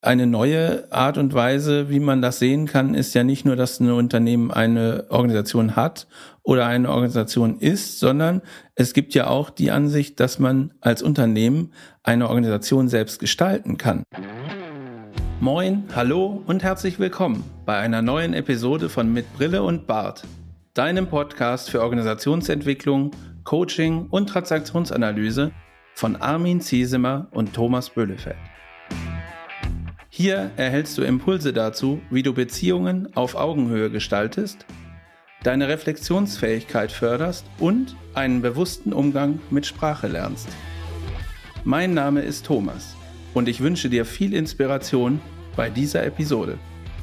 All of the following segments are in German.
Eine neue Art und Weise, wie man das sehen kann, ist ja nicht nur, dass ein Unternehmen eine Organisation hat oder eine Organisation ist, sondern es gibt ja auch die Ansicht, dass man als Unternehmen eine Organisation selbst gestalten kann. Moin, hallo und herzlich willkommen bei einer neuen Episode von Mit Brille und Bart, deinem Podcast für Organisationsentwicklung, Coaching und Transaktionsanalyse von Armin Ziesemer und Thomas Böhlefeld. Hier erhältst du Impulse dazu, wie du Beziehungen auf Augenhöhe gestaltest, deine Reflexionsfähigkeit förderst und einen bewussten Umgang mit Sprache lernst. Mein Name ist Thomas und ich wünsche dir viel Inspiration bei dieser Episode.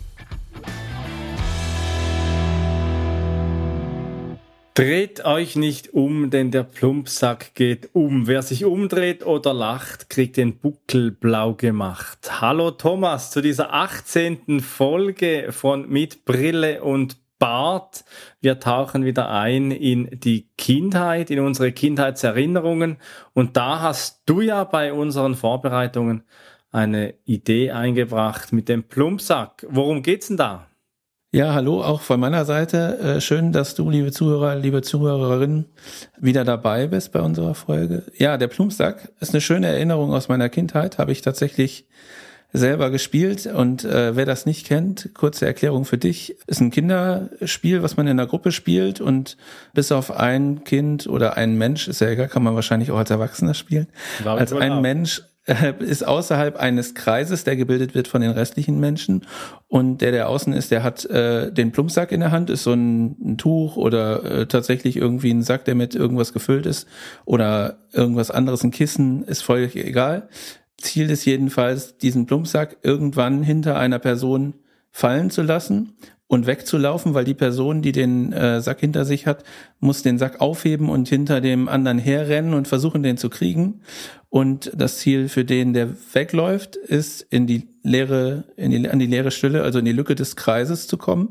Dreht euch nicht um, denn der Plumpsack geht um. Wer sich umdreht oder lacht, kriegt den Buckel blau gemacht. Hallo Thomas zu dieser 18. Folge von Mit Brille und Bart. Wir tauchen wieder ein in die Kindheit, in unsere Kindheitserinnerungen. Und da hast du ja bei unseren Vorbereitungen eine Idee eingebracht mit dem Plumpsack. Worum geht's denn da? Ja, hallo, auch von meiner Seite. Schön, dass du, liebe Zuhörer, liebe Zuhörerinnen, wieder dabei bist bei unserer Folge. Ja, der Plumpsack ist eine schöne Erinnerung aus meiner Kindheit, habe ich tatsächlich selber gespielt. Und wer das nicht kennt, kurze Erklärung für dich, ist ein Kinderspiel, was man in einer Gruppe spielt und bis auf ein Kind oder einen Mensch, ist ja egal, kann man wahrscheinlich auch als Erwachsener spielen, als ein Mensch ist außerhalb eines Kreises, der gebildet wird von den restlichen Menschen, und der außen ist, der hat den Plumpsack in der Hand, ist so ein Tuch oder tatsächlich irgendwie ein Sack, der mit irgendwas gefüllt ist oder irgendwas anderes, ein Kissen, ist völlig egal. Ziel ist jedenfalls, diesen Plumpsack irgendwann hinter einer Person fallen zu lassen und wegzulaufen, weil die Person, die den Sack hinter sich hat, muss den Sack aufheben und hinter dem anderen herrennen und versuchen, den zu kriegen. Und das Ziel für den, der wegläuft, ist an die leere Stelle, also in die Lücke des Kreises zu kommen.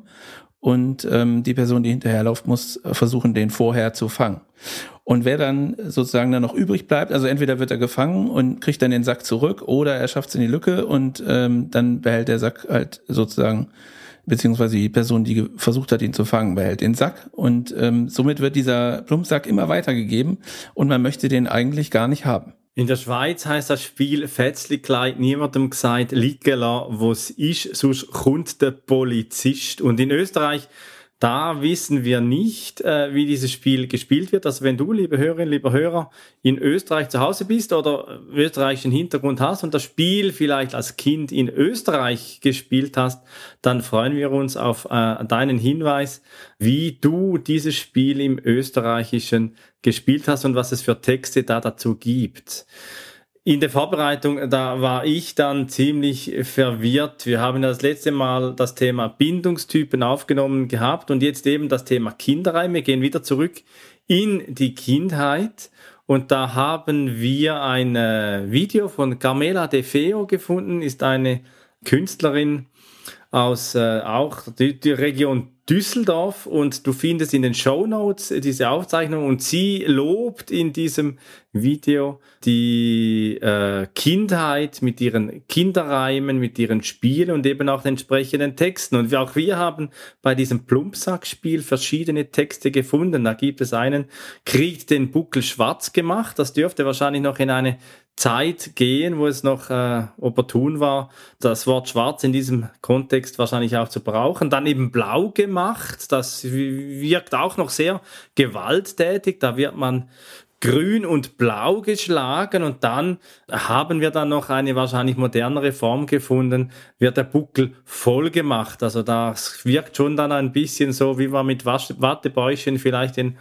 Und die Person, die hinterherläuft, muss versuchen, den vorher zu fangen. Und wer dann sozusagen dann noch übrig bleibt, also entweder wird er gefangen und kriegt dann den Sack zurück, oder er schafft es in die Lücke und dann behält der Sack halt sozusagen, beziehungsweise die Person, die versucht hat, ihn zu fangen, behält den Sack. Und somit wird dieser Plumpsack immer weitergegeben und man möchte den eigentlich gar nicht haben. In der Schweiz heisst das Spiel «Fetzlikleid» niemandem gesagt, «Liege la, wo's ist, sonst kommt der Polizist». Und in Österreich, da wissen wir nicht, wie dieses Spiel gespielt wird. Also wenn du, liebe Hörerinnen, lieber Hörer, in Österreich zu Hause bist oder österreichischen Hintergrund hast und das Spiel vielleicht als Kind in Österreich gespielt hast, dann freuen wir uns auf deinen Hinweis, wie du dieses Spiel im Österreichischen gespielt hast und was es für Texte da dazu gibt. In der Vorbereitung, da war ich dann ziemlich verwirrt. Wir haben das letzte Mal das Thema Bindungstypen aufgenommen gehabt und jetzt eben das Thema Kinderreime. Wir gehen wieder zurück in die Kindheit und da haben wir ein Video von Carmela De Feo gefunden, ist eine Künstlerin aus auch die Region Düsseldorf, und du findest in den Shownotes diese Aufzeichnung, und sie lobt in diesem Video die Kindheit mit ihren Kinderreimen, mit ihren Spielen und eben auch den entsprechenden Texten. Und auch wir haben bei diesem Plumpsack-Spiel verschiedene Texte gefunden. Da gibt es einen, kriegt den Buckel schwarz gemacht. Das dürfte wahrscheinlich noch in eine Zeit gehen, wo es noch opportun war, das Wort schwarz in diesem Kontext wahrscheinlich auch zu brauchen. Dann eben blau gemacht, das wirkt auch noch sehr gewalttätig, da wird man grün und blau geschlagen, und dann haben wir dann noch eine wahrscheinlich modernere Form gefunden, wird der Buckel voll gemacht. Also das wirkt schon dann ein bisschen so, wie man mit Wattebäuschen vielleicht den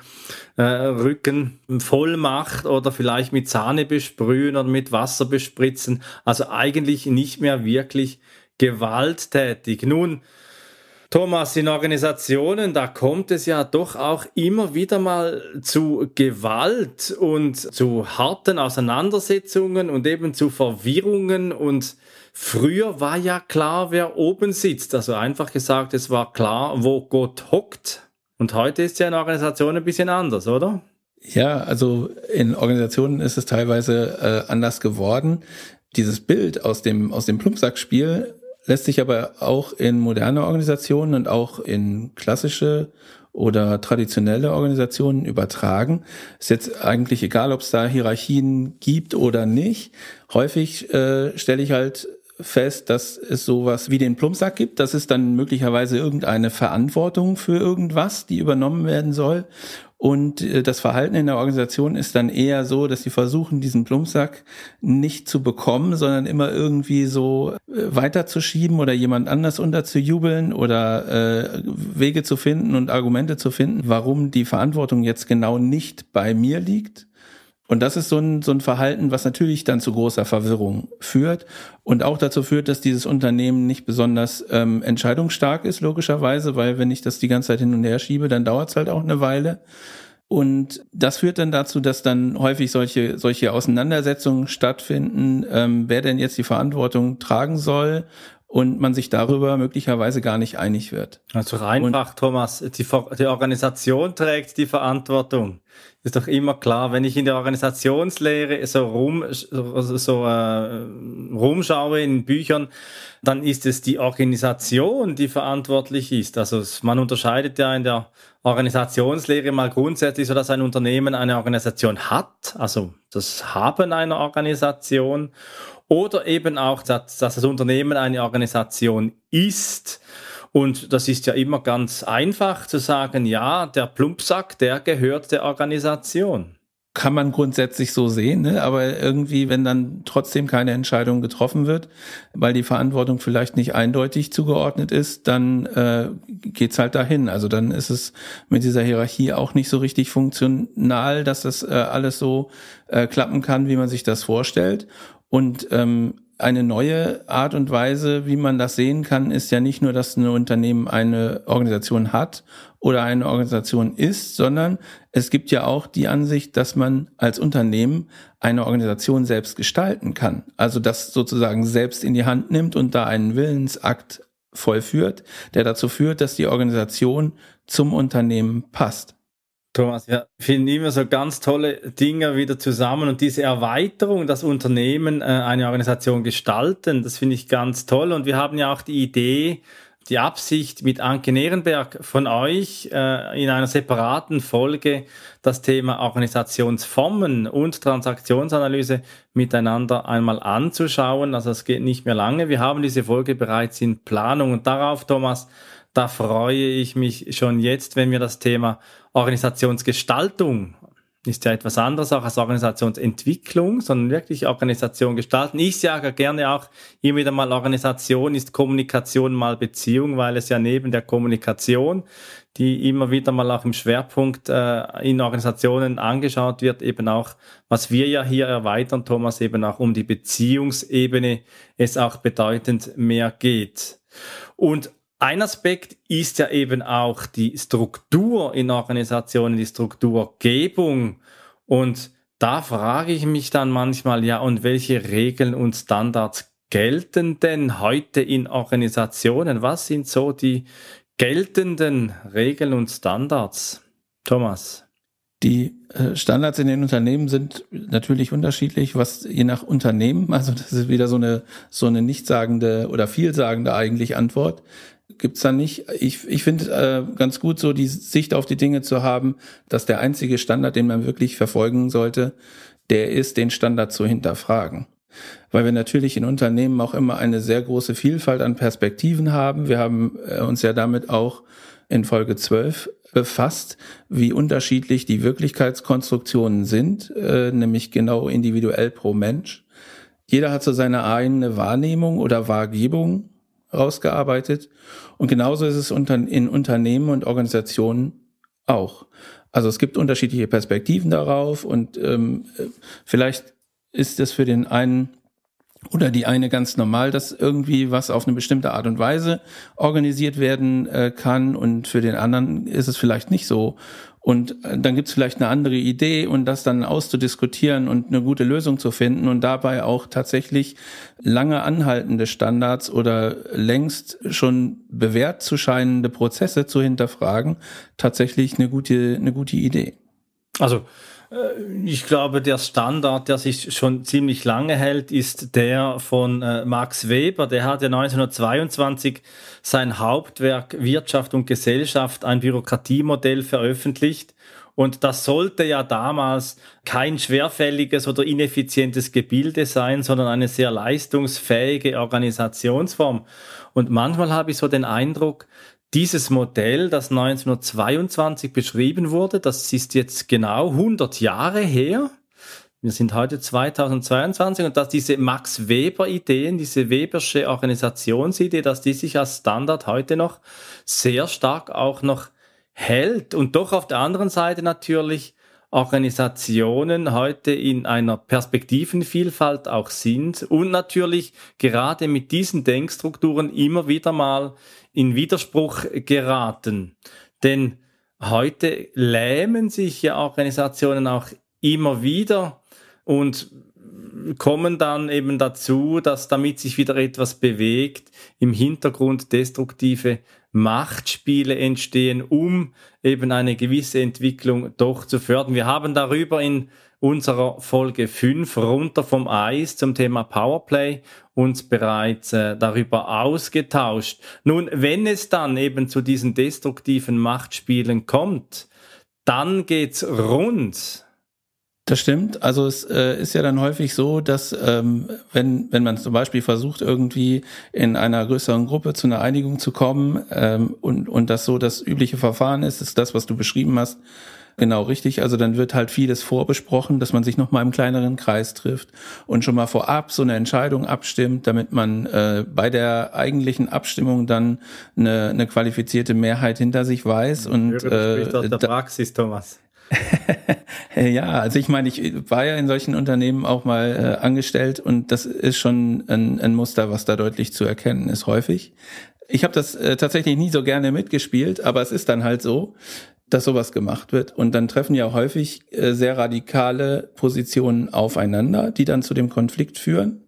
Rücken voll macht oder vielleicht mit Sahne besprühen oder mit Wasser bespritzen. Also eigentlich nicht mehr wirklich gewalttätig. Nun, Thomas, in Organisationen, da kommt es ja doch auch immer wieder mal zu Gewalt und zu harten Auseinandersetzungen und eben zu Verwirrungen. Und früher war ja klar, wer oben sitzt. Also einfach gesagt, es war klar, wo Gott hockt. Und heute ist ja in Organisationen ein bisschen anders, oder? Ja, also in Organisationen ist es teilweise anders geworden. Dieses Bild aus dem Plumpsackspiel lässt sich aber auch in moderne Organisationen und auch in klassische oder traditionelle Organisationen übertragen. Ist jetzt eigentlich egal, ob es da Hierarchien gibt oder nicht. Häufig stelle ich halt fest, dass es sowas wie den Plumpsack gibt. Das ist dann möglicherweise irgendeine Verantwortung für irgendwas, die übernommen werden soll. Und das Verhalten in der Organisation ist dann eher so, dass sie versuchen, diesen Plumpsack nicht zu bekommen, sondern immer irgendwie so weiterzuschieben oder jemand anders unterzujubeln oder Wege zu finden und Argumente zu finden, warum die Verantwortung jetzt genau nicht bei mir liegt. Und das ist so ein Verhalten, was natürlich dann zu großer Verwirrung führt und auch dazu führt, dass dieses Unternehmen nicht besonders entscheidungsstark ist, logischerweise, weil wenn ich das die ganze Zeit hin und her schiebe, dann dauert es halt auch eine Weile. Und das führt dann dazu, dass dann häufig solche Auseinandersetzungen stattfinden, wer denn jetzt die Verantwortung tragen soll und man sich darüber möglicherweise gar nicht einig wird. Also einfach, Thomas, die Organisation trägt die Verantwortung. Ist doch immer klar, wenn ich in der Organisationslehre rumschaue in Büchern, dann ist es die Organisation, die verantwortlich ist. Also man unterscheidet ja in der Organisationslehre mal grundsätzlich so, dass ein Unternehmen eine Organisation hat, also das Haben einer Organisation, oder eben auch, dass das Unternehmen eine Organisation ist. Und das ist ja immer ganz einfach zu sagen, ja, der Plumpsack, der gehört der Organisation. Kann man grundsätzlich so sehen, ne? Aber irgendwie, wenn dann trotzdem keine Entscheidung getroffen wird, weil die Verantwortung vielleicht nicht eindeutig zugeordnet ist, dann geht's halt dahin. Also dann ist es mit dieser Hierarchie auch nicht so richtig funktional, dass das alles so klappen kann, wie man sich das vorstellt. Und eine neue Art und Weise, wie man das sehen kann, ist ja nicht nur, dass ein Unternehmen eine Organisation hat oder eine Organisation ist, sondern es gibt ja auch die Ansicht, dass man als Unternehmen eine Organisation selbst gestalten kann. Also das sozusagen selbst in die Hand nimmt und da einen Willensakt vollführt, der dazu führt, dass die Organisation zum Unternehmen passt. Thomas, wir finden immer so ganz tolle Dinge wieder zusammen und diese Erweiterung, das Unternehmen, eine Organisation gestalten, das finde ich ganz toll. Und wir haben ja auch die Idee, die Absicht mit Anke Nierenberg von euch in einer separaten Folge das Thema Organisationsformen und Transaktionsanalyse miteinander einmal anzuschauen. Also es geht nicht mehr lange. Wir haben diese Folge bereits in Planung und darauf, Thomas, da freue ich mich schon jetzt, wenn wir das Thema Organisationsgestaltung, ist ja etwas anderes auch als Organisationsentwicklung, sondern wirklich Organisation gestalten. Ich sage gerne auch immer wieder mal, Organisation ist Kommunikation mal Beziehung, weil es ja neben der Kommunikation, die immer wieder mal auch im Schwerpunkt in Organisationen angeschaut wird, eben auch, was wir ja hier erweitern, Thomas, eben auch um die Beziehungsebene es auch bedeutend mehr geht. Und ein Aspekt ist ja eben auch die Struktur in Organisationen, die Strukturgebung. Und da frage ich mich dann manchmal, ja, und welche Regeln und Standards gelten denn heute in Organisationen? Was sind so die geltenden Regeln und Standards? Thomas? Die Standards in den Unternehmen sind natürlich unterschiedlich, was je nach Unternehmen, also das ist wieder so eine nichtssagende oder vielsagende eigentlich Antwort, gibt's da nicht. Ich finde ganz gut so die Sicht auf die Dinge zu haben, dass der einzige Standard, den man wirklich verfolgen sollte, der ist, den Standard zu hinterfragen. Weil wir natürlich in Unternehmen auch immer eine sehr große Vielfalt an Perspektiven haben. Wir haben uns ja damit auch in Folge 12 befasst, wie unterschiedlich die Wirklichkeitskonstruktionen sind, nämlich genau individuell pro Mensch. Jeder hat so seine eigene Wahrnehmung oder Wahrgebung rausgearbeitet. Und genauso ist es in Unternehmen und Organisationen auch. Also es gibt unterschiedliche Perspektiven darauf und vielleicht ist es für den einen oder die eine ganz normal, dass irgendwie was auf eine bestimmte Art und Weise organisiert werden kann und für den anderen ist es vielleicht nicht so. Und dann gibt es vielleicht eine andere Idee und das dann auszudiskutieren und eine gute Lösung zu finden und dabei auch tatsächlich lange anhaltende Standards oder längst schon bewährt zu scheinende Prozesse zu hinterfragen, tatsächlich eine gute Idee. Also Ich glaube, der Standard, der sich schon ziemlich lange hält, ist der von Max Weber. Der hat ja 1922 sein Hauptwerk Wirtschaft und Gesellschaft, ein Bürokratiemodell, veröffentlicht. Und das sollte ja damals kein schwerfälliges oder ineffizientes Gebilde sein, sondern eine sehr leistungsfähige Organisationsform. Und manchmal habe ich so den Eindruck, dieses Modell, das 1922 beschrieben wurde, das ist jetzt genau 100 Jahre her. Wir sind heute 2022 und dass diese Max Weber-Ideen, diese Webersche Organisationsidee, dass die sich als Standard heute noch sehr stark auch noch hält und doch auf der anderen Seite natürlich Organisationen heute in einer Perspektivenvielfalt auch sind und natürlich gerade mit diesen Denkstrukturen immer wieder mal in Widerspruch geraten. Denn heute lähmen sich ja Organisationen auch immer wieder und kommen dann eben dazu, dass damit sich wieder etwas bewegt, im Hintergrund destruktive Machtspiele entstehen, um eben eine gewisse Entwicklung doch zu fördern. Wir haben darüber in unserer Folge 5 runter vom Eis zum Thema Powerplay uns bereits darüber ausgetauscht. Nun, wenn es dann eben zu diesen destruktiven Machtspielen kommt, dann geht's rund. Das stimmt. Also es ist ja dann häufig so, dass wenn man zum Beispiel versucht, irgendwie in einer größeren Gruppe zu einer Einigung zu kommen und das so das übliche Verfahren ist das, was du beschrieben hast, genau richtig. Also dann wird halt vieles vorbesprochen, dass man sich nochmal im kleineren Kreis trifft und schon mal vorab so eine Entscheidung abstimmt, damit man bei der eigentlichen Abstimmung dann eine qualifizierte Mehrheit hinter sich weiß. Und du sprichst aus der Praxis, Thomas. Ja, also ich meine, ich war ja in solchen Unternehmen auch mal angestellt und das ist schon ein Muster, was da deutlich zu erkennen ist, häufig. Ich habe das tatsächlich nie so gerne mitgespielt, aber es ist dann halt so, dass sowas gemacht wird und dann treffen ja häufig sehr radikale Positionen aufeinander, die dann zu dem Konflikt führen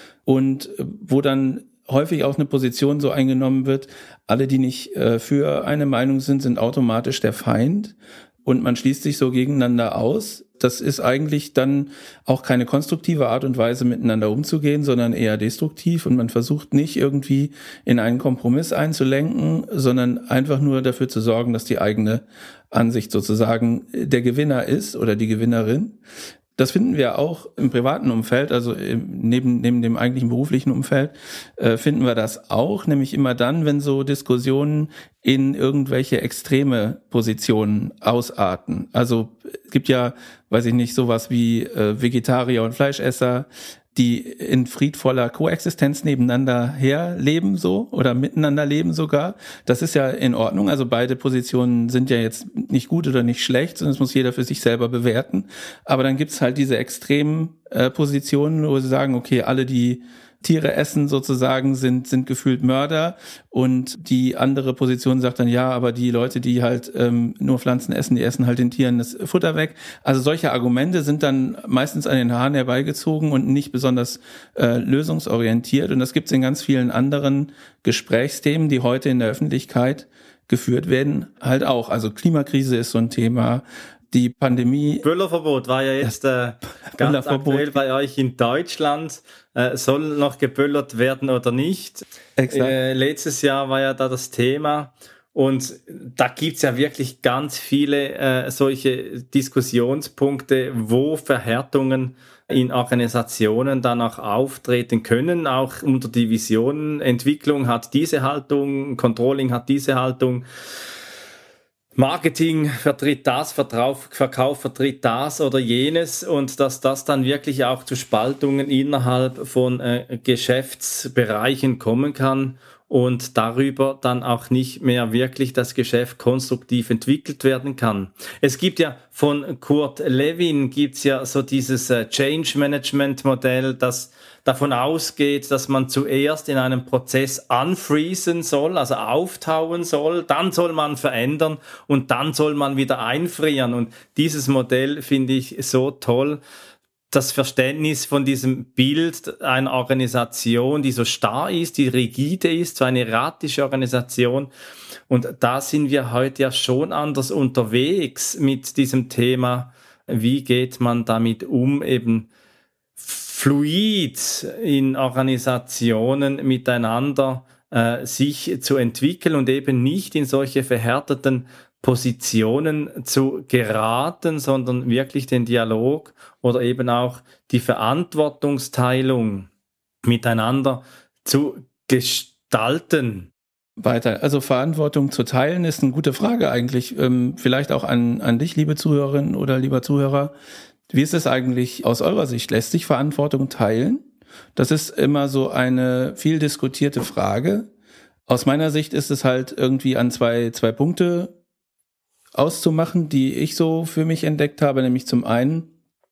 und wo dann häufig auch eine Position so eingenommen wird, alle, die nicht für eine Meinung sind automatisch der Feind. Und man schließt sich so gegeneinander aus. Das ist eigentlich dann auch keine konstruktive Art und Weise, miteinander umzugehen, sondern eher destruktiv. Und man versucht nicht irgendwie in einen Kompromiss einzulenken, sondern einfach nur dafür zu sorgen, dass die eigene Ansicht sozusagen der Gewinner ist oder die Gewinnerin. Das finden wir auch im privaten Umfeld, also neben dem eigentlichen beruflichen Umfeld, finden wir das auch, nämlich immer dann, wenn so Diskussionen in irgendwelche extreme Positionen ausarten. Also es gibt ja, weiß ich nicht, sowas wie Vegetarier und Fleischesser, die in friedvoller Koexistenz nebeneinander herleben so oder miteinander leben sogar. Das ist ja in Ordnung. Also beide Positionen sind ja jetzt nicht gut oder nicht schlecht, sondern es muss jeder für sich selber bewerten. Aber dann gibt's halt diese extremen Positionen, wo sie sagen, okay, alle, die Tiere essen sozusagen, sind gefühlt Mörder und die andere Position sagt dann, ja, aber die Leute, die halt nur Pflanzen essen, die essen halt den Tieren das Futter weg. Also solche Argumente sind dann meistens an den Haaren herbeigezogen und nicht besonders lösungsorientiert und das gibt's in ganz vielen anderen Gesprächsthemen, die heute in der Öffentlichkeit geführt werden, halt auch. Also Klimakrise ist so ein Thema. Die Pandemie. Böllerverbot war ja jetzt ganz aktuell bei euch in Deutschland. Soll noch geböllert werden oder nicht? Letztes Jahr war ja da das Thema. Und da gibt's ja wirklich ganz viele solche Diskussionspunkte, wo Verhärtungen in Organisationen dann auch auftreten können. Auch unter Divisionen. Entwicklung hat diese Haltung, Controlling hat diese Haltung. Marketing vertritt das, Verkauf vertritt das oder jenes und dass das dann wirklich auch zu Spaltungen innerhalb von Geschäftsbereichen kommen kann und darüber dann auch nicht mehr wirklich das Geschäft konstruktiv entwickelt werden kann. Es gibt ja von Kurt Lewin gibt's ja so dieses Change Management Modell, das davon ausgeht, dass man zuerst in einem Prozess unfreezen soll, also auftauen soll, dann soll man verändern und dann soll man wieder einfrieren. Und dieses Modell finde ich so toll. Das Verständnis von diesem Bild einer Organisation, die so starr ist, die rigide ist, so eine erratische Organisation. Und da sind wir heute ja schon anders unterwegs mit diesem Thema wie geht man damit um, eben fluid in Organisationen miteinander sich zu entwickeln und eben nicht in solche verhärteten Positionen zu geraten, sondern wirklich den Dialog oder eben auch die Verantwortungsteilung miteinander zu gestalten. Weiter. Also Verantwortung zu teilen ist eine gute Frage eigentlich. Vielleicht auch an dich, liebe Zuhörerin oder lieber Zuhörer. Wie ist es eigentlich aus eurer Sicht? Lässt sich Verantwortung teilen? Das ist immer so eine viel diskutierte Frage. Aus meiner Sicht ist es halt irgendwie an zwei Punkte auszumachen, die ich so für mich entdeckt habe. Nämlich zum einen,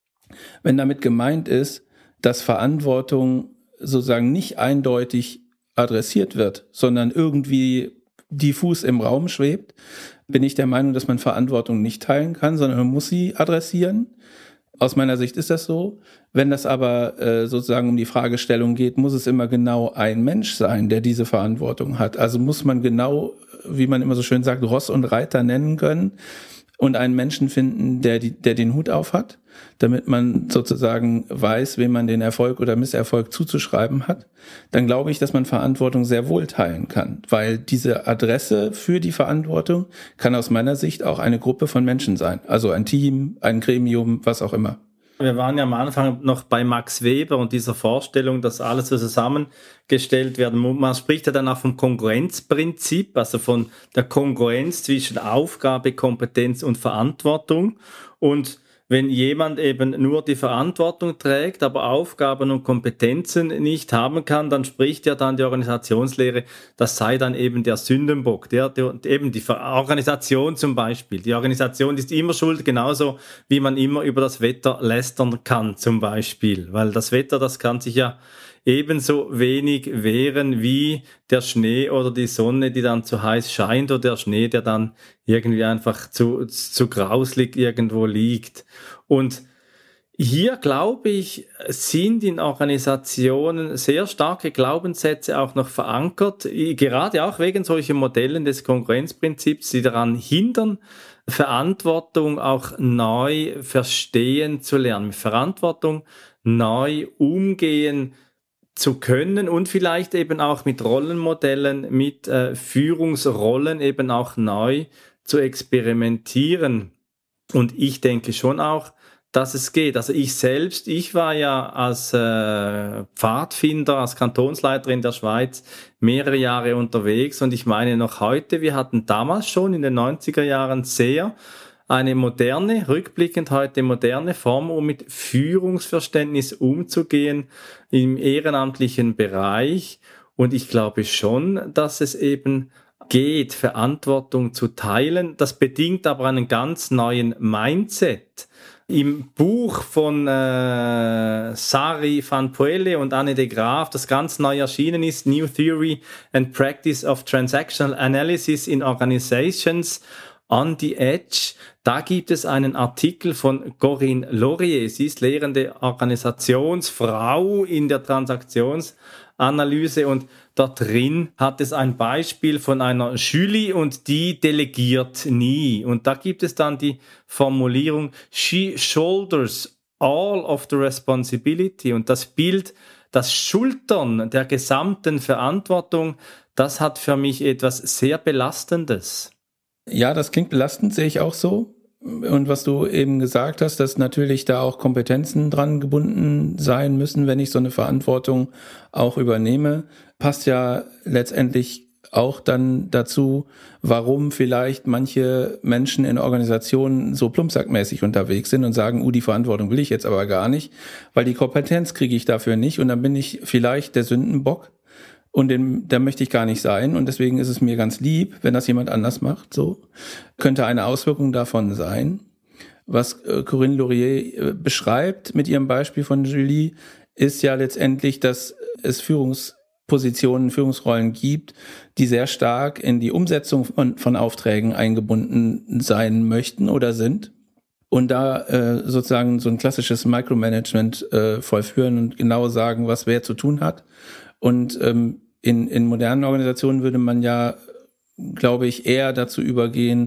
wenn damit gemeint ist, dass Verantwortung sozusagen nicht eindeutig adressiert wird, sondern irgendwie diffus im Raum schwebt, bin ich der Meinung, dass man Verantwortung nicht teilen kann, sondern man muss sie adressieren. Aus meiner Sicht ist das so. Wenn das aber sozusagen um die Fragestellung geht, muss es immer genau ein Mensch sein, der diese Verantwortung hat. Also muss man genau, wie man immer so schön sagt, Ross und Reiter nennen können und einen Menschen finden, der den Hut auf hat, damit man sozusagen weiß, wem man den Erfolg oder Misserfolg zuzuschreiben hat, dann glaube ich, dass man Verantwortung sehr wohl teilen kann, weil diese Adresse für die Verantwortung kann aus meiner Sicht auch eine Gruppe von Menschen sein, also ein Team, ein Gremium, was auch immer. Wir waren ja am Anfang noch bei Max Weber und dieser Vorstellung, dass alles so zusammengestellt werden muss. Man spricht ja dann auch vom Kongruenzprinzip, also von der Kongruenz zwischen Aufgabe, Kompetenz und Verantwortung. Und wenn jemand eben nur die Verantwortung trägt, aber Aufgaben und Kompetenzen nicht haben kann, dann spricht ja dann die Organisationslehre, das sei dann eben der Sündenbock, eben die Organisation zum Beispiel. Die Organisation ist immer schuld, genauso wie man immer über das Wetter lästern kann zum Beispiel, weil das Wetter, das kann sich ja ebenso wenig wehren wie der Schnee oder die Sonne, die dann zu heiß scheint, oder der Schnee, der dann irgendwie einfach zu grauslig irgendwo liegt. Und hier, glaube ich, sind in Organisationen sehr starke Glaubenssätze auch noch verankert, gerade auch wegen solchen Modellen des Kongruenzprinzips, die daran hindern, Verantwortung auch neu verstehen zu lernen, mit Verantwortung neu umgehen zu können und vielleicht eben auch mit Rollenmodellen, mit Führungsrollen eben auch neu zu experimentieren. Und ich denke schon auch, dass es geht. Also ich war ja als Pfadfinder, als Kantonsleiter in der Schweiz mehrere Jahre unterwegs und ich meine noch heute, wir hatten damals schon in den 90er Jahren eine moderne, rückblickend heute moderne Form, um mit Führungsverständnis umzugehen im ehrenamtlichen Bereich. Und ich glaube schon, dass es eben geht, Verantwortung zu teilen. Das bedingt aber einen ganz neuen Mindset. Im Buch von Sari van Poelle und Anne de Graaf, das ganz neu erschienen ist, New Theory and Practice of Transactional Analysis in Organizations, On the Edge, da gibt es einen Artikel von Corinne Laurier. Sie ist lehrende Organisationsfrau in der Transaktionsanalyse und dort drin hat es ein Beispiel von einer Julie und die delegiert nie. Und da gibt es dann die Formulierung, she shoulders all of the responsibility. Und das Bild, das Schultern der gesamten Verantwortung, das hat für mich etwas sehr Belastendes. Ja, das klingt belastend, sehe ich auch so. Und was du eben gesagt hast, dass natürlich da auch Kompetenzen dran gebunden sein müssen, wenn ich so eine Verantwortung auch übernehme, passt ja letztendlich auch dann dazu, warum vielleicht manche Menschen in Organisationen so plumpsackmäßig unterwegs sind und sagen, die Verantwortung will ich jetzt aber gar nicht, weil die Kompetenz kriege ich dafür nicht und dann bin ich vielleicht der Sündenbock. Und da möchte ich gar nicht sein. Und deswegen ist es mir ganz lieb, wenn das jemand anders macht. So könnte eine Auswirkung davon sein. Was Corinne Laurier beschreibt mit ihrem Beispiel von Julie, ist ja letztendlich, dass es Führungspositionen, Führungsrollen gibt, die sehr stark in die Umsetzung von Aufträgen eingebunden sein möchten oder sind. Und da sozusagen so ein klassisches Micromanagement vollführen und genau sagen, was wer zu tun hat. Und in modernen Organisationen würde man ja, glaube ich, eher dazu übergehen,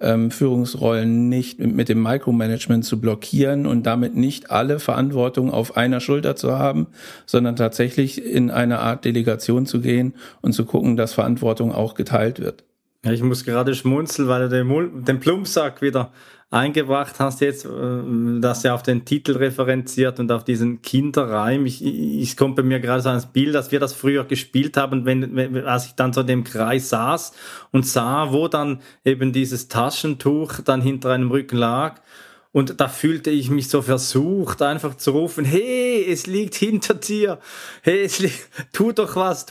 Führungsrollen nicht mit dem Micromanagement zu blockieren und damit nicht alle Verantwortung auf einer Schulter zu haben, sondern tatsächlich in eine Art Delegation zu gehen und zu gucken, dass Verantwortung auch geteilt wird. Ja, ich muss gerade schmunzeln, weil du den Plumpsack wieder eingebracht hast jetzt, dass er auf den Titel referenziert und auf diesen Kinderreim. Ich kommt bei mir gerade so ans Bild, dass wir das früher gespielt haben, als ich dann so in dem Kreis saß und sah, wo dann eben dieses Taschentuch dann hinter einem Rücken lag. Und da fühlte ich mich so versucht, einfach zu rufen, hey, es liegt hinter dir, hey, tu doch was.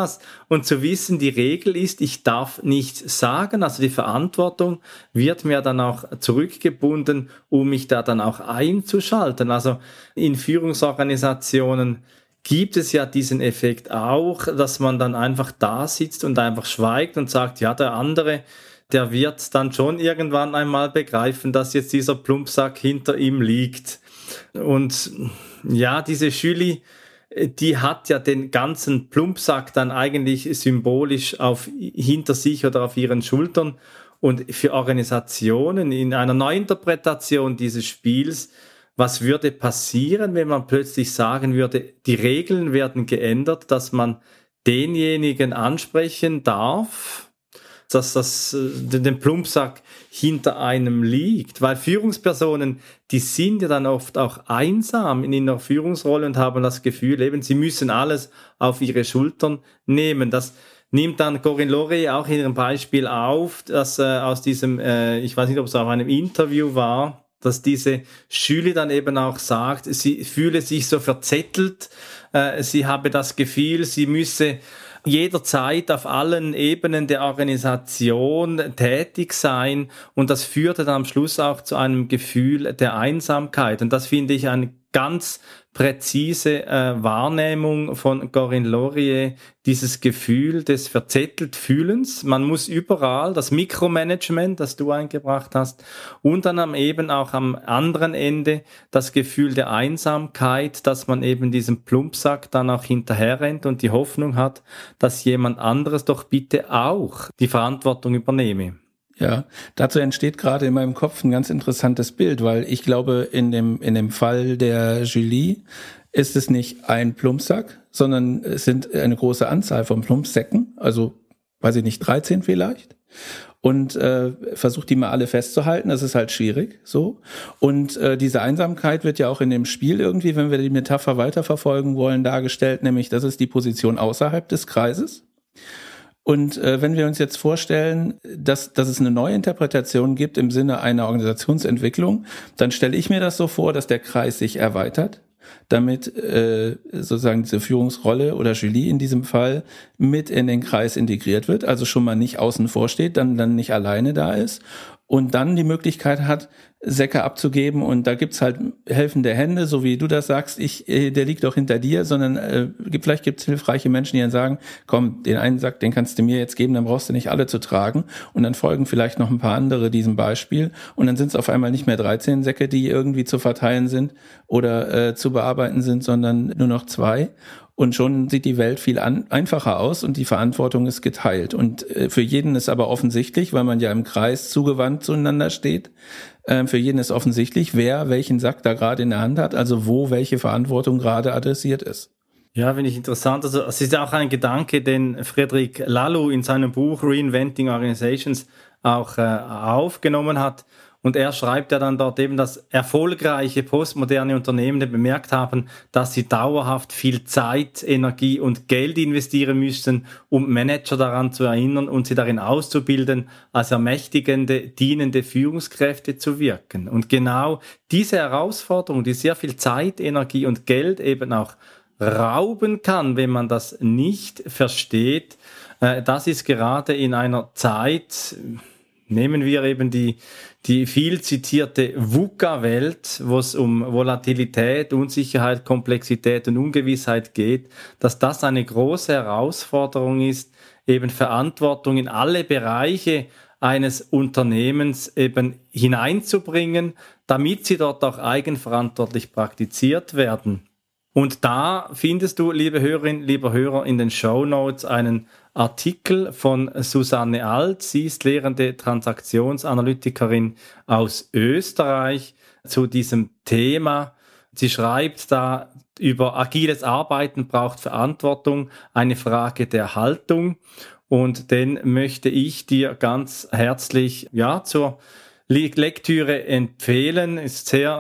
Und zu wissen, die Regel ist, ich darf nichts sagen, also die Verantwortung wird mir dann auch zurückgebunden, um mich da dann auch einzuschalten. Also in Führungsorganisationen gibt es ja diesen Effekt auch, dass man dann einfach da sitzt und einfach schweigt und sagt, ja, der andere, der wird dann schon irgendwann einmal begreifen, dass jetzt dieser Plumpsack hinter ihm liegt. Und ja, diese Julie, die hat ja den ganzen Plumpsack dann eigentlich symbolisch hinter sich oder auf ihren Schultern. Und für Organisationen in einer Neuinterpretation dieses Spiels, was würde passieren, wenn man plötzlich sagen würde, die Regeln werden geändert, dass man denjenigen ansprechen darf, dass den Plumpsack hinter einem liegt, weil Führungspersonen, die sind ja dann oft auch einsam in ihrer Führungsrolle und haben das Gefühl, eben, sie müssen alles auf ihre Schultern nehmen. Das nimmt dann Corinne Laurier auch in ihrem Beispiel auf, dass aus diesem, ich weiß nicht, ob es auf einem Interview war, dass diese Julie dann eben auch sagt, sie fühle sich so verzettelt, sie habe das Gefühl, sie müsse jederzeit auf allen Ebenen der Organisation tätig sein und das führte dann am Schluss auch zu einem Gefühl der Einsamkeit und das finde ich eine ganz präzise Wahrnehmung von Corinne Laurier, dieses Gefühl des verzettelt Fühlens. Man muss überall das Mikromanagement, das du eingebracht hast, und dann eben auch am anderen Ende das Gefühl der Einsamkeit, dass man eben diesem Plumpsack dann auch hinterherrennt und die Hoffnung hat, dass jemand anderes doch bitte auch die Verantwortung übernehme. Ja, dazu entsteht gerade in meinem Kopf ein ganz interessantes Bild, weil ich glaube, in dem Fall der Julie ist es nicht ein Plumpsack, sondern es sind eine große Anzahl von Plumpsäcken, also weiß ich nicht, 13 vielleicht. Und versucht die mal alle festzuhalten, das ist halt schwierig, so. Und diese Einsamkeit wird ja auch in dem Spiel irgendwie, wenn wir die Metapher weiterverfolgen wollen, dargestellt, nämlich das ist die Position außerhalb des Kreises. Und wenn wir uns jetzt vorstellen, dass es eine neue Interpretation gibt im Sinne einer Organisationsentwicklung, dann stelle ich mir das so vor, dass der Kreis sich erweitert, damit sozusagen diese Führungsrolle oder Julie in diesem Fall mit in den Kreis integriert wird, also schon mal nicht außen vor steht, dann nicht alleine da ist und dann die Möglichkeit hat, Säcke abzugeben und da gibt's halt helfende Hände, so wie du das sagst, der liegt doch hinter dir, sondern vielleicht gibt's hilfreiche Menschen, die dann sagen, komm, den einen Sack, den kannst du mir jetzt geben, dann brauchst du nicht alle zu tragen und dann folgen vielleicht noch ein paar andere diesem Beispiel und dann sind es auf einmal nicht mehr 13 Säcke, die irgendwie zu verteilen sind oder zu bearbeiten sind, sondern nur noch 2. Und schon sieht die Welt viel einfacher aus und die Verantwortung ist geteilt. Und für jeden ist aber offensichtlich, weil man ja im Kreis zugewandt zueinander steht, für jeden ist offensichtlich, wer welchen Sack da gerade in der Hand hat, also wo welche Verantwortung gerade adressiert ist. Ja, finde ich interessant. Also es ist auch ein Gedanke, den Frederic Laloux in seinem Buch Reinventing Organizations auch aufgenommen hat. Und er schreibt ja dann dort eben, dass erfolgreiche postmoderne Unternehmen bemerkt haben, dass sie dauerhaft viel Zeit, Energie und Geld investieren müssen, um Manager daran zu erinnern und sie darin auszubilden, als ermächtigende, dienende Führungskräfte zu wirken. Und genau diese Herausforderung, die sehr viel Zeit, Energie und Geld eben auch rauben kann, wenn man das nicht versteht, das ist gerade in einer Zeit, nehmen wir eben die viel zitierte VUCA-Welt, wo es um Volatilität, Unsicherheit, Komplexität und Ungewissheit geht, dass das eine große Herausforderung ist, eben Verantwortung in alle Bereiche eines Unternehmens eben hineinzubringen, damit sie dort auch eigenverantwortlich praktiziert werden. Und da findest du, liebe Hörerinnen, lieber Hörer, in den Shownotes einen Artikel von Susanne Alt. Sie ist lehrende Transaktionsanalytikerin aus Österreich zu diesem Thema. Sie schreibt da über agiles Arbeiten braucht Verantwortung, eine Frage der Haltung. Und den möchte ich dir ganz herzlich zur Lektüre empfehlen. Ist sehr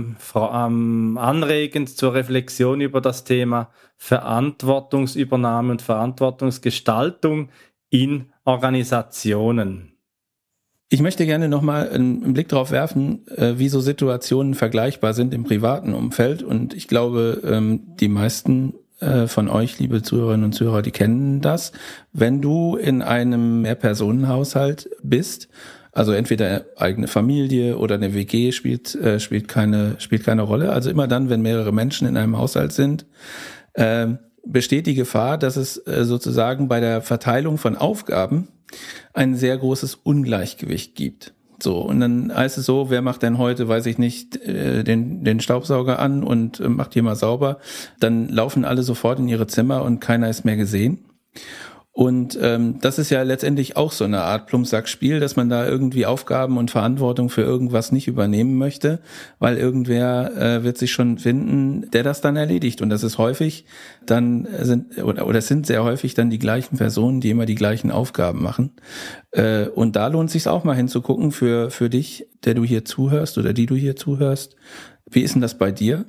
anregend zur Reflexion über das Thema Verantwortungsübernahme und Verantwortungsgestaltung in Organisationen. Ich möchte gerne nochmal einen Blick darauf werfen, wie so Situationen vergleichbar sind im privaten Umfeld. Und ich glaube, die meisten von euch, liebe Zuhörerinnen und Zuhörer, die kennen das. Wenn du in einem Mehrpersonenhaushalt bist, also entweder eigene Familie oder eine WG spielt keine Rolle. Also immer dann, wenn mehrere Menschen in einem Haushalt sind, besteht die Gefahr, dass es sozusagen bei der Verteilung von Aufgaben ein sehr großes Ungleichgewicht gibt. So, und dann heißt es so, wer macht denn heute, weiß ich nicht, den Staubsauger an und macht hier mal sauber. Dann laufen alle sofort in ihre Zimmer und keiner ist mehr gesehen. Und das ist ja letztendlich auch so eine Art Plumpsackspiel, dass man da irgendwie Aufgaben und Verantwortung für irgendwas nicht übernehmen möchte, weil irgendwer wird sich schon finden, der das dann erledigt. Und das ist häufig dann es sind sehr häufig dann die gleichen Personen, die immer die gleichen Aufgaben machen. Und da lohnt es sich auch mal hinzugucken für dich, der du hier zuhörst oder die du hier zuhörst. Wie ist denn das bei dir?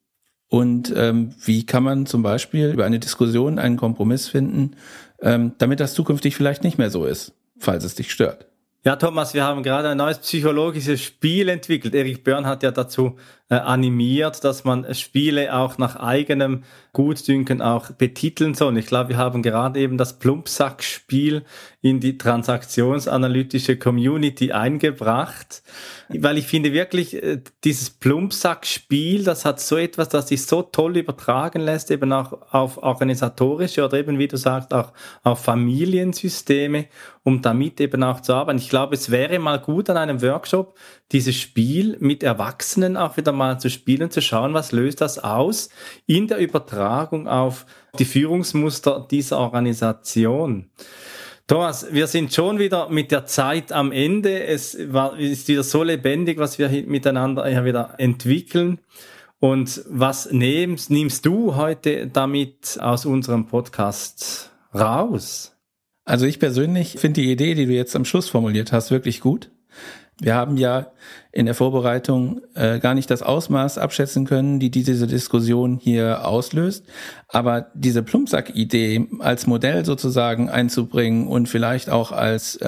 Und wie kann man zum Beispiel über eine Diskussion einen Kompromiss finden, damit das zukünftig vielleicht nicht mehr so ist, falls es dich stört? Ja, Thomas, wir haben gerade ein neues psychologisches Spiel entwickelt. Erich Börn hat ja dazu animiert, dass man Spiele auch nach eigenem Gutdünken auch betiteln soll. Ich glaube, wir haben gerade eben das Plumpsack-Spiel in die transaktionsanalytische Community eingebracht, weil ich finde wirklich, dieses Plumpsack-Spiel, das hat so etwas, das sich so toll übertragen lässt, eben auch auf organisatorische oder eben, wie du sagst, auch auf Familiensysteme, um damit eben auch zu arbeiten. Ich glaube, es wäre mal gut an einem Workshop, dieses Spiel mit Erwachsenen auch wieder mal zu spielen, zu schauen, was löst das aus in der Übertragung auf die Führungsmuster dieser Organisation. Thomas, wir sind schon wieder mit der Zeit am Ende. Es ist wieder so lebendig, was wir miteinander ja wieder entwickeln. Und was nimmst du heute damit aus unserem Podcast raus? Also ich persönlich finde die Idee, die du jetzt am Schluss formuliert hast, wirklich gut. Wir haben ja in der Vorbereitung gar nicht das Ausmaß abschätzen können, die diese Diskussion hier auslöst. Aber diese Plumpsack-Idee als Modell sozusagen einzubringen und vielleicht auch als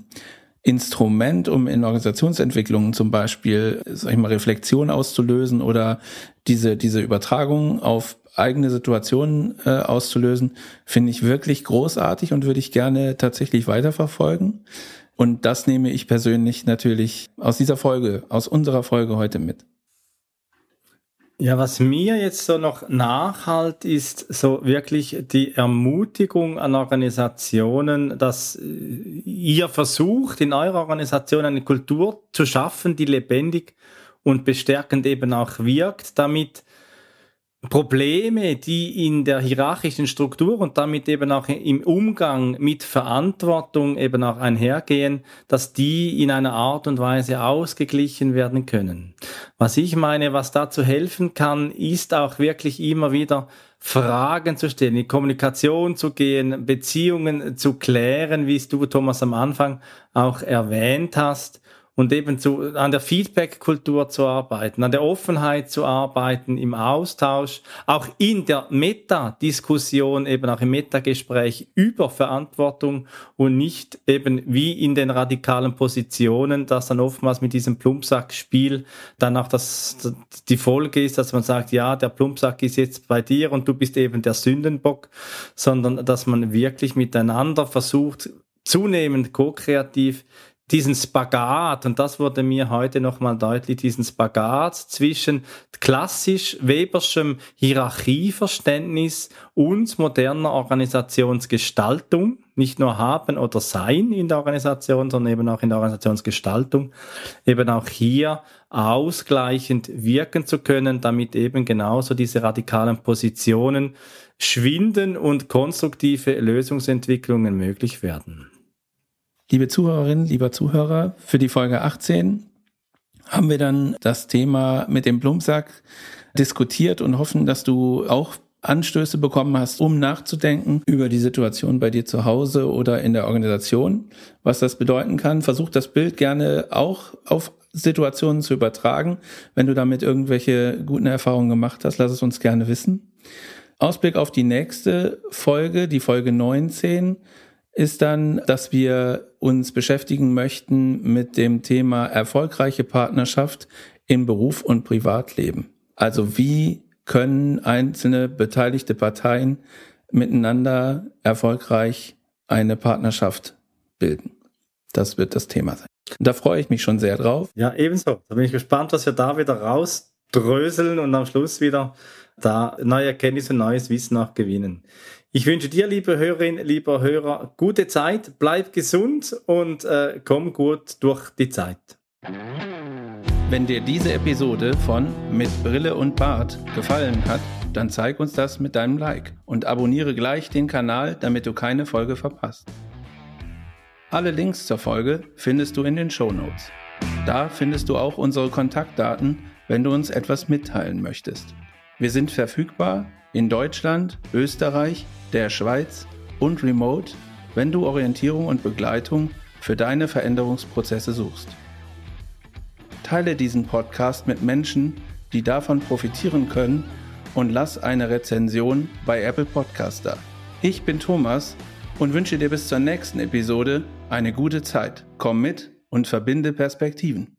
Instrument, um in Organisationsentwicklungen zum Beispiel, Reflexion auszulösen oder diese Übertragung auf eigene Situationen auszulösen, finde ich wirklich großartig und würde ich gerne tatsächlich weiterverfolgen. Und das nehme ich persönlich natürlich aus unserer Folge heute mit. Ja, was mir jetzt so noch nachhalt, ist so wirklich die Ermutigung an Organisationen, dass ihr versucht, in eurer Organisation eine Kultur zu schaffen, die lebendig und bestärkend eben auch wirkt, damit Probleme, die in der hierarchischen Struktur und damit eben auch im Umgang mit Verantwortung eben auch einhergehen, dass die in einer Art und Weise ausgeglichen werden können. Was ich meine, was dazu helfen kann, ist auch wirklich immer wieder Fragen zu stellen, in Kommunikation zu gehen, Beziehungen zu klären, wie es du, Thomas, am Anfang auch erwähnt hast. Und eben an der Feedback-Kultur zu arbeiten, an der Offenheit zu arbeiten, im Austausch, auch in der Meta-Diskussion, eben auch im Meta-Gespräch über Verantwortung und nicht eben wie in den radikalen Positionen, dass dann oftmals mit diesem Plumpsack-Spiel dann auch die Folge ist, dass man sagt, ja, der Plumpsack ist jetzt bei dir und du bist eben der Sündenbock, sondern dass man wirklich miteinander versucht, zunehmend ko-kreativ diesen Spagat, und das wurde mir heute nochmal deutlich, diesen Spagat zwischen klassisch Weberschem Hierarchieverständnis und moderner Organisationsgestaltung, nicht nur haben oder sein in der Organisation, sondern eben auch in der Organisationsgestaltung, eben auch hier ausgleichend wirken zu können, damit eben genauso diese radikalen Positionen schwinden und konstruktive Lösungsentwicklungen möglich werden. Liebe Zuhörerinnen, lieber Zuhörer, für die Folge 18 haben wir dann das Thema mit dem Plumpsack diskutiert und hoffen, dass du auch Anstöße bekommen hast, um nachzudenken über die Situation bei dir zu Hause oder in der Organisation, was das bedeuten kann. Versuch das Bild gerne auch auf Situationen zu übertragen. Wenn du damit irgendwelche guten Erfahrungen gemacht hast, lass es uns gerne wissen. Ausblick auf die nächste Folge, die Folge 19, ist dann, dass wir uns beschäftigen möchten mit dem Thema erfolgreiche Partnerschaft in Beruf und Privatleben. Also wie können einzelne beteiligte Parteien miteinander erfolgreich eine Partnerschaft bilden? Das wird das Thema sein. Und da freue ich mich schon sehr drauf. Ja, ebenso. Da bin ich gespannt, was wir da wieder rausdröseln und am Schluss wieder da neue Erkenntnisse und neues Wissen auch gewinnen. Ich wünsche dir, liebe Hörerin, lieber Hörer, gute Zeit, bleib gesund und komm gut durch die Zeit. Wenn dir diese Episode von Mit Brille und Bart gefallen hat, dann zeig uns das mit deinem Like und abonniere gleich den Kanal, damit du keine Folge verpasst. Alle Links zur Folge findest du in den Shownotes. Da findest du auch unsere Kontaktdaten, wenn du uns etwas mitteilen möchtest. Wir sind verfügbar in Deutschland, Österreich, der Schweiz und remote, wenn du Orientierung und Begleitung für deine Veränderungsprozesse suchst. Teile diesen Podcast mit Menschen, die davon profitieren können, und lass eine Rezension bei Apple Podcast da. Ich bin Thomas und wünsche dir bis zur nächsten Episode eine gute Zeit. Komm mit und verbinde Perspektiven.